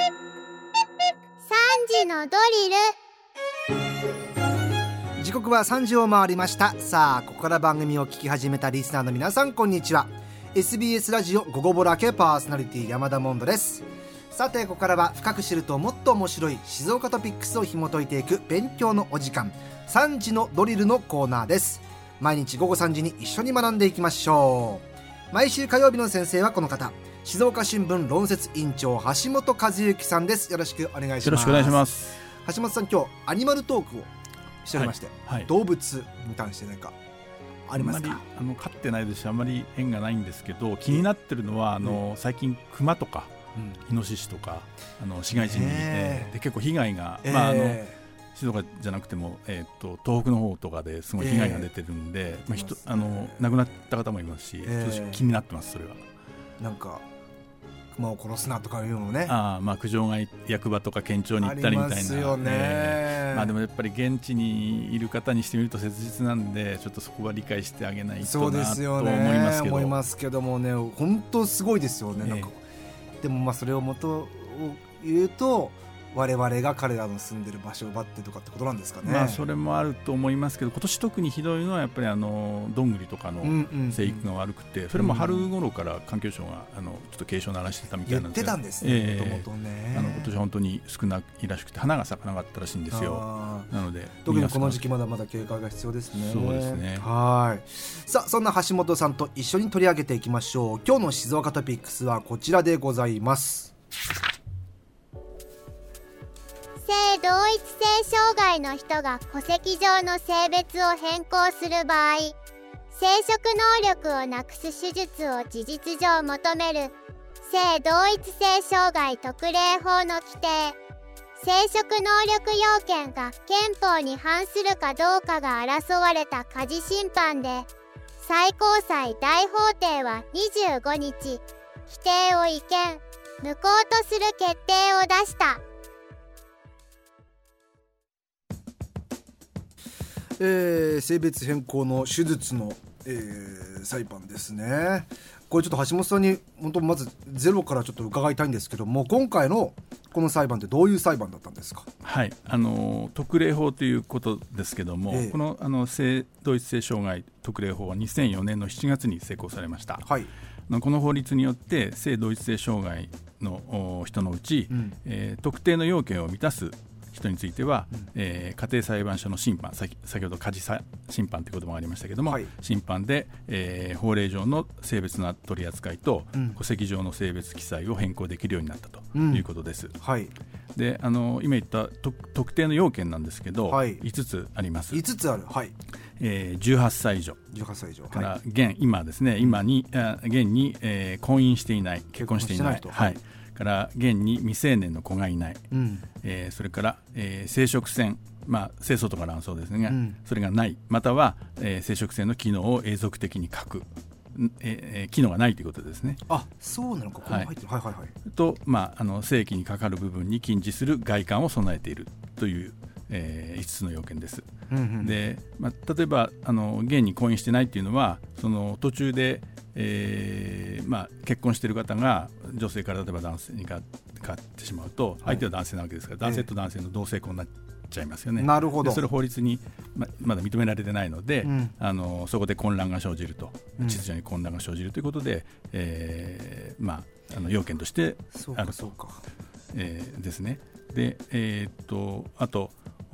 3時のドリル。 時刻は3時を回りました。さあ、ここから番組を聞き始めたリスナーの皆さん、こんにちは。 SBS ラジオ午後ぼらけパーソナリティ山田モンドです。さて、ここからは深く知るともっと面白い静岡トピックスを紐解いていく勉強のお時間、3時のドリルのコーナーです。毎日午後3時に一緒に学んでいきましょう。毎週火曜日の先生はこの方、静岡新聞論説委員長橋本和之さんです。よろしくお願いします。 よろしくお願いします。 橋本さん、今日アニマルトークをしておりまして、 はいはい、 動物に関して何かありますか？ あんまり飼ってないですし、あんまり縁がないんですけど、気になってるのは最近クマとか、イノシシとか市街地に、で結構被害が、静岡じゃなくても、東北の方とかですごい被害が出てるんで、亡くなった方もいますし、ちょっと気になってます。それはなんかクマを殺すなとかいうのね。 苦情が役場とか県庁に行ったりみたいな。ありますよね。でもやっぱり現地にいる方にしてみると切実なんで、ちょっとそこは理解してあげないとなと思いますけど。 思いますけどもね、本当すごいですよね。なんかでもそれを元を言うと、我々が彼らの住んでる場所を奪ってとかってことなんですかね。 それもあると思いますけど、今年特にひどいのはやっぱりどんぐりとかの生育が悪くて、それも春頃から環境省がちょっと警鐘を鳴らしてたみたいなんですよ。 言ってたんですね、もともとね。 今年は本当に少ないらしくて、花が咲かなかったらしいんですよ。なので特にこの時期まだまだ警戒が必要ですね。 そうですね。 はい。さあ、そんな橋本さんと一緒に取り上げていきましょう。今日の静岡トピックスはこちらでございます。 性同一性障害の人が戸籍上の性別を変更する場合、生殖能力をなくす手術を事実上求める性同一性障害特例法の規定、生殖能力要件が憲法に反するかどうかが争われた家事審判で、最高裁大法廷は25日、規定を違憲、無効とする決定を出した。 性別変更の手術の、裁判ですね。これちょっと橋本さんに本当まずゼロからちょっと伺いたいんですけども、今回のこの裁判ってどういう裁判だったんですか？ はい、特例法ということですけども、この性同一性障害特例法は2004年の7月に施行されました。はい。この法律によって性同一性障害の人のうち、特定の要件を満たす人については、家庭裁判所の審判、先ほど家事審判という言葉がありましたけども、審判で、法令上の性別の取り扱いと、戸籍上の性別記載を変更できるようになったということです。で今言った特定の要件なんですけど、5つあります。 5つある。 18歳以上から、今ですね、現に、婚姻していない、結婚していない、から現に未成年の子がいない、それから、生殖腺、精巣とか卵巣ですね、それがない、または、生殖腺の機能を永続的に欠く、機能がないということですね。 そうなのか。入ってる。 と、性器にかかる部分に近似する外観を備えているという、5つの要件です。で、例えば現に婚姻してないっていうのは、その途中で結婚している方が女性から例えば男性に変わってしまうと、相手は男性なわけですから、男性と男性の同性婚になっちゃいますよね。 なるほど。 それ法律に まだ認められてないので、そこで混乱が生じると、秩序に混乱が生じるということで、要件としてあるとですね。で、あと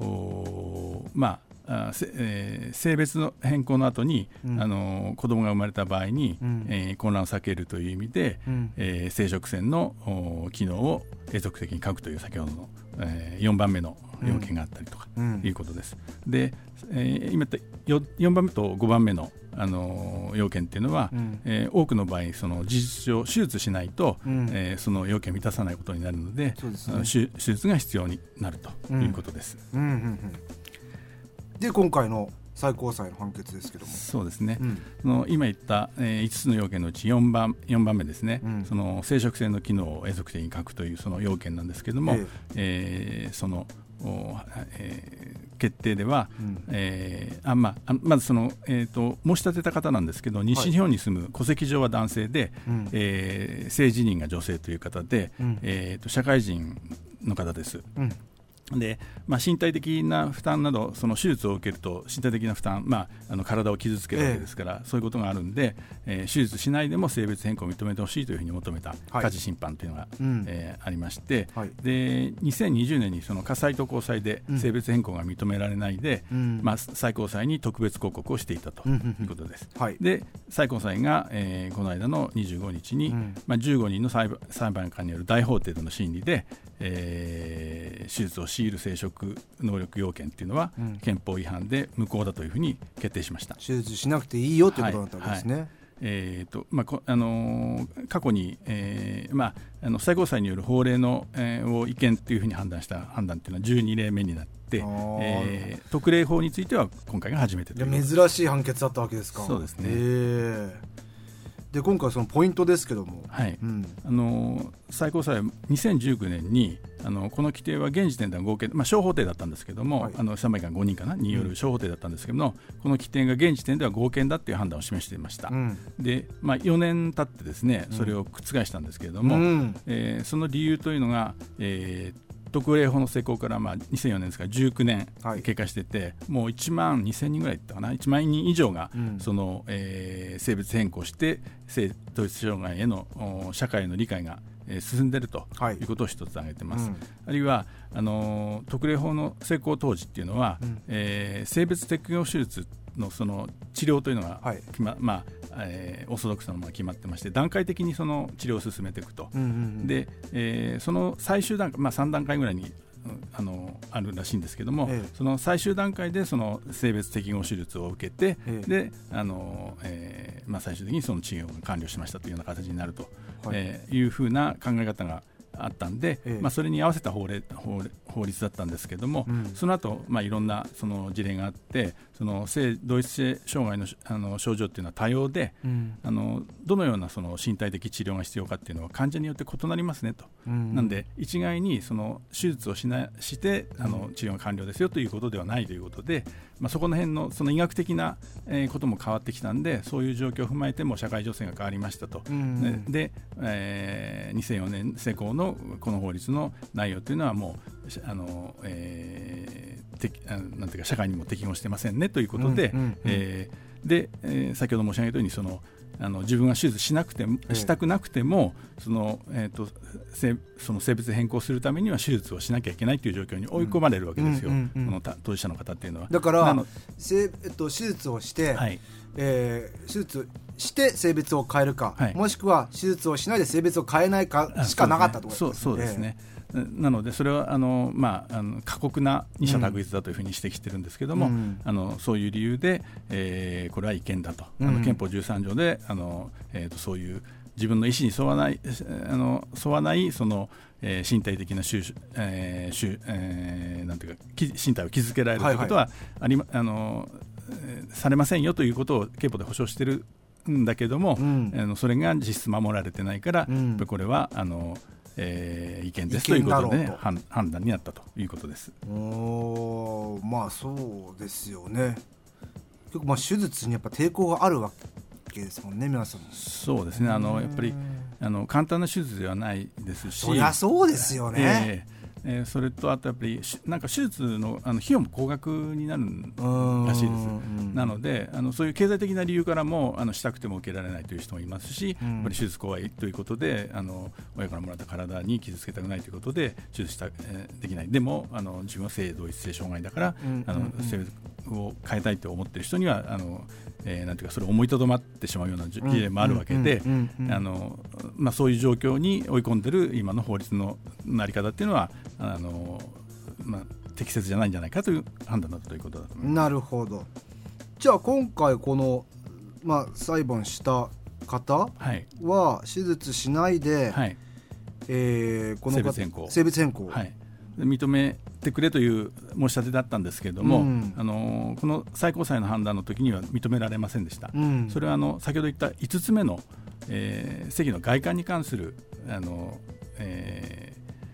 性別の変更の後に、子供が生まれた場合に、混乱を避けるという意味で、生殖腺の機能を永続的に欠くという先ほどの、4番目の要件があったりとか、いうことです。で、今言った4番目と5番目の要件っていうのは、多くの場合その事実上手術しないと、その要件を満たさないことになるので、手術が必要になるということです。 で、今回の最高裁の判決ですけども、 そうですね、今言った、5つの要件のうち4番目ですね、その生殖腺の機能を永続的に欠くというその要件なんですけども、その決定では、まずその、申し立てた方なんですけど、西日本に住む戸籍上は男性で、性自認が女性という方で、社会人の方です。で身体的な負担など、その手術を受けると身体的な負担、体を傷つけるわけですから、そういうことがあるんで、手術しないでも性別変更を認めてほしいというふうに求めた家事審判というのが、ありまして、で2020年にその家裁と高裁で性別変更が認められないで、最高裁に特別抗告をしていたということです。で最高裁が、この間の25日に、15人の裁判官による大法廷での審理で、手術を強いる生殖能力要件というのは、憲法違反で無効だというふうに決定しました。 手術しなくていいよということだったわけですね。 過去に、最高裁による法令の、を違憲というふうに判断した判断というのは12例目になって、特例法については今回が初めてという。 珍しい判決だったわけですか。 そうですね。 で今回そのポイントですけども、 最高裁は2019年にこの規定は現時点では合憲、小法廷だったんですけども、裁判官5人かなによる小法廷だったんですけども、この規定が現時点では合憲だという判断を示していました。で、4年経ってですね、それを覆したんですけれども、その理由というのが、特例法の施行から2004年ですから19年経過してて、もう1万2000人ぐらいいったかな、1万人以上がその、性別変更して性同一障害への社会の理解が進んでいるということを一つ挙げてます。あるいは特例法の施行当時っていうのは、性別適合手術のその治療というのがオーソドックスなものが決まってまして、段階的にその治療を進めていくと。で、その最終段階、3段階ぐらいにあるらしいんですけども、その最終段階でその性別適合手術を受けて、で最終的にその治療が完了しましたというような形になると、いうふうな考え方があったんで、それに合わせた法律だったんですけども、その後、いろんなその事例があって、その性同一性障害の症状というのは多様で、どのようなその身体的治療が必要かというのは患者によって異なりますねと。なんで一概にその手術をして治療が完了ですよということではないということで、そこの辺のその医学的なことも変わってきたんで、そういう状況を踏まえても社会情勢が変わりましたと。で、2004年施行のこの法律の内容というのはもうなんていうか社会にも適合してませんねということで、先ほど申し上げたように自分が手術したくなくてもその性別変更するためには手術をしなきゃいけないという状況に追い込まれるわけですよ、この当事者の方っていうのは。 だから手術をして、手術して性別を変えるか、もしくは手術をしないで性別を変えないかしかなかったということですね。 そうですね。なのでそれは過酷な二者択一だというふうに指摘しているんですけども、そういう理由で、これは違憲だと、憲法13条でそういう自分の意思に沿わないその、身体的ななんていうか身体を傷つけられるということはされませんよということを憲法で保障しているんだけども、それが実質守られてないから、これは違憲ですということで、判断になったということです。 そうですよね。結構手術にやっぱ抵抗があるわけですもんね、皆さん。 そうですね。やっぱり簡単な手術ではないですし、 そりゃそうですよね。 それとあとやっぱりなんか手術の費用も高額になるらしいです。なのでそういう経済的な理由からもしたくても受けられないという人もいますし、やっぱり手術怖いということで親からもらった体に傷つけたくないということで手術できない。でも自分は性同一性障害だから性別を変えたいと思っている人にはなんていうかそれを思いとどまってしまうような事例もあるわけで、そういう状況に追い込んでいる今の法律のなり方っていうのは適切じゃないんじゃないかという判断だったということだと思います。 なるほど。じゃあ今回この、裁判した方は手術しないで、この性別変更、 認めてくれという申し立てだったんですけれども、この最高裁の判断の時には認められませんでした。それは先ほど言った5つ目の、性の外観に関する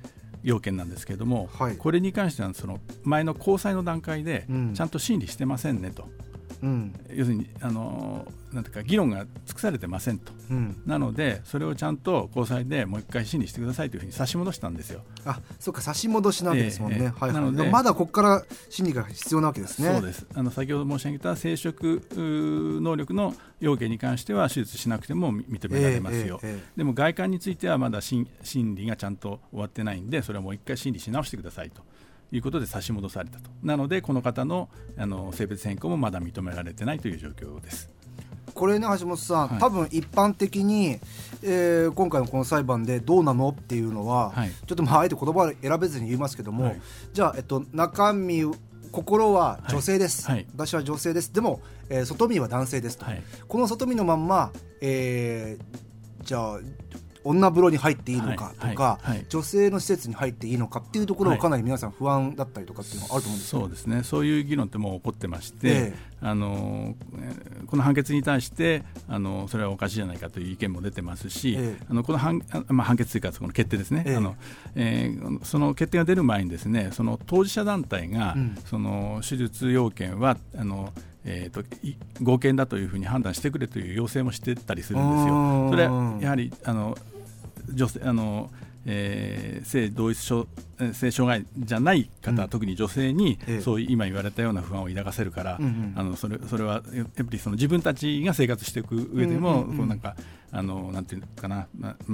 要件なんですけれども、これに関してはその前の交際の段階でちゃんと審理してませんねと、要するになんていうか議論が尽くされてませんと、なのでそれをちゃんと高裁でもう一回審理してくださいというふうに差し戻したんですよ。 そうか、差し戻しなわけですもんね。なのでまだここから審理が必要なわけですね。 そうです。先ほど申し上げた生殖能力の要件に関しては手術しなくても認められますよ。でも外観についてはまだ審理がちゃんと終わってないんで、それはもう一回審理し直してくださいということで差し戻されたと。なのでこの方の性別変更もまだ認められてないという状況です。 これね、橋本さん、多分一般的に、今回のこの裁判でどうなのっていうのは、ちょっとあえて言葉を選べずに言いますけども、じゃあ、中身心は女性です、私は女性です、でも、外見は男性ですと、この外見のまんま、じゃあ女風呂に入っていいのかとか、女性の施設に入っていいのかっていうところはかなり皆さん不安だったりとかっていうのがあると思うんですよ。 そうですね、そういう議論ってもう起こってまして、この判決に対してそれはおかしいじゃないかという意見も出てますし、この判決というかその決定ですね、その決定が出る前にですね、その当事者団体が、その手術要件は合憲だというふうに判断してくれという要請もしてたりするんですよ。それはやはり女性性同一性障害じゃない方、特に女性にそういう今言われたような不安を抱かせるから、それはやっぱりその自分たちが生活していく上でも、なんかなんていうかな、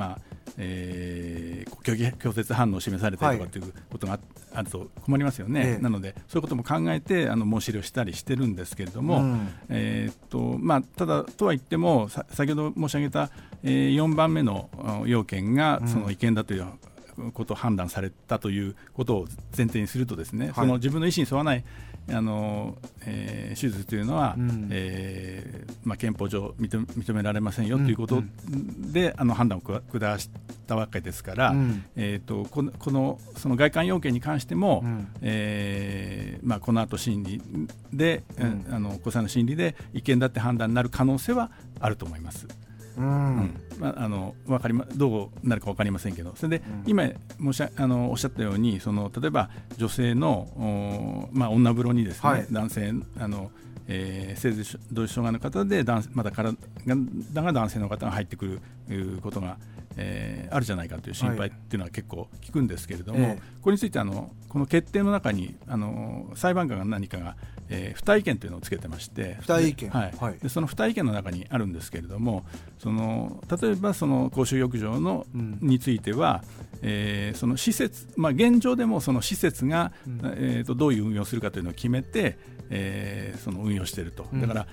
拒絶反応を示されたりとかっていうことがあると困りますよね。なのでそういうことも考えて申し入れをしたりしてるんですけれども、ただとは言っても先ほど申し上げた4番目の要件がその違憲だということを判断されたということを前提にするとですね、その自分の意思に沿わない手術というのは、憲法上認められませんよということで、判断を下したわけですから、その外観要件に関しても、この後審理で、高裁の審理で違憲だって判断になる可能性はあると思います。どうなるか分かりませんけど、それで今おっしゃったように、例えば女性の、女風呂にですね、男性性同一障害の方でまだ体が男性の方が入ってくることが、あるじゃないかという心配っていうのは結構聞くんですけれども、これについてこの決定の中に裁判官が何かが付帯意見というのをつけてまして、 付帯意見、 でその付帯意見の中にあるんですけれども、例えばその公衆浴場については、その施設、現状でもその施設が、どういう運用をするかというのを決めて、その運用していると。だから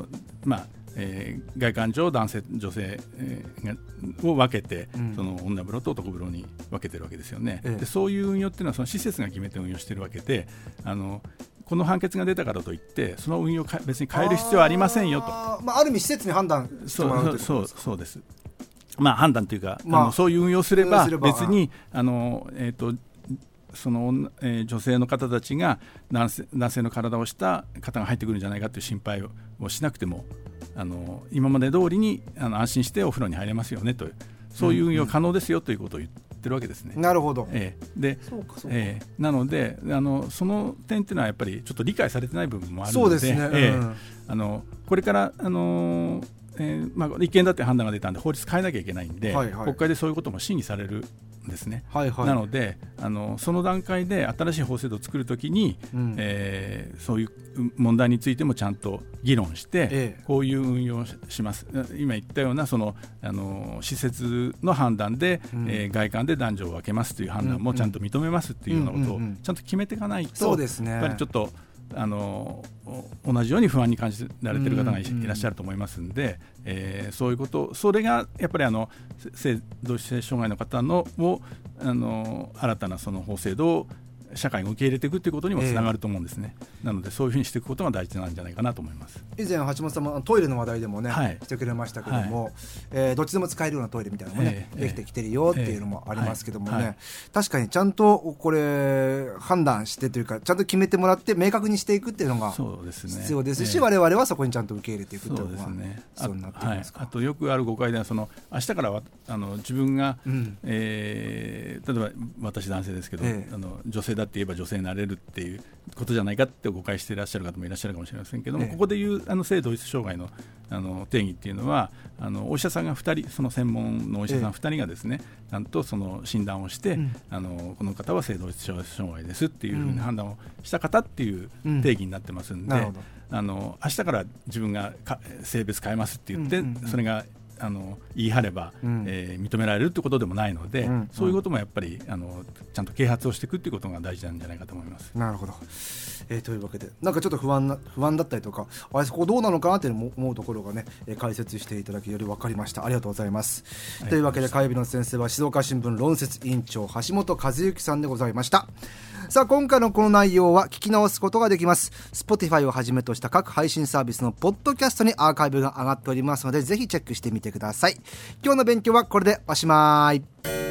外観上男性女性を分けて、その女風呂と男風呂に分けてるわけですよね。でそういう運用っていうのはその施設が決めて運用してるわけで、この判決が出たからといってその運用を別に変える必要はありませんよと。 ある意味施設に判断してもらうということですか。 そうです。判断というか、そういう運用すれば別にその女性の方たちが男性の体をした方が入ってくるんじゃないかという心配をしなくても、今まで通りに安心してお風呂に入れますよねという、そういう運用可能ですよということを言ってるわけですね。 なるほど。 でなのでその点というのはやっぱりちょっと理解されてない部分もあるので、 そうですね、 これから違憲だという判断が出たんで法律変えなきゃいけないんで、国会でそういうことも審議されるんですね。なのでその段階で新しい法制度を作るときに、そういう問題についてもちゃんと議論して、こういう運用をします。今言ったような施設の判断で、外観で男女を分けますという判断もちゃんと認めますというようなことをちゃんと決めていかないと、やっぱりちょっと同じように不安に感じられている方がいらっしゃると思いますので、そういうこと、それがやっぱり性同一性障害の方を新たなその法制度を社会が受け入れていくということにもつながると思うんですね。なのでそういうふうにしていくことが大事なんじゃないかなと思います。 以前橋本さんもトイレの話題でもね、してくれましたけども、どっちでも使えるようなトイレみたいなのもね、できてきてるよっていうのもありますけどもね、確かにちゃんとこれ判断してというかちゃんと決めてもらって明確にしていくっていうのが必要ですし、我々はそこにちゃんと受け入れていくというのがそうになっていますか。 あとよくある誤解では明日から自分が、例えば私男性ですけど、女性だって言えば女性になれるっていうことじゃないかって誤解していらっしゃる方もいらっしゃるかもしれませんけども、ここでいう性同一障害の定義っていうのはお医者さんが2人その専門のお医者さん2人がですね、ちゃんとその診断をして、この方は性同一障害ですっていうふうに判断をした方っていう定義になってますんで、明日から自分が性別変えますって言って、それが言い張れば、認められるということでもないので、そういうこともやっぱりちゃんと啓発をしていくということが大事なんじゃないかと思います。 なるほど。というわけでなんかちょっと不安だったりとかそこどうなのかなって思うところがね、解説していただきより分かりました。ありがとうございます。というわけで火曜日の先生は静岡新聞論説委員長橋本和之さんでございました。さあ今回のこの内容は聞き直すことができます。 Spotify をはじめとした各配信サービスのポッドキャストにアーカイブが上がっておりますのでぜひチェックしてみてください。今日の勉強はこれでおしまい。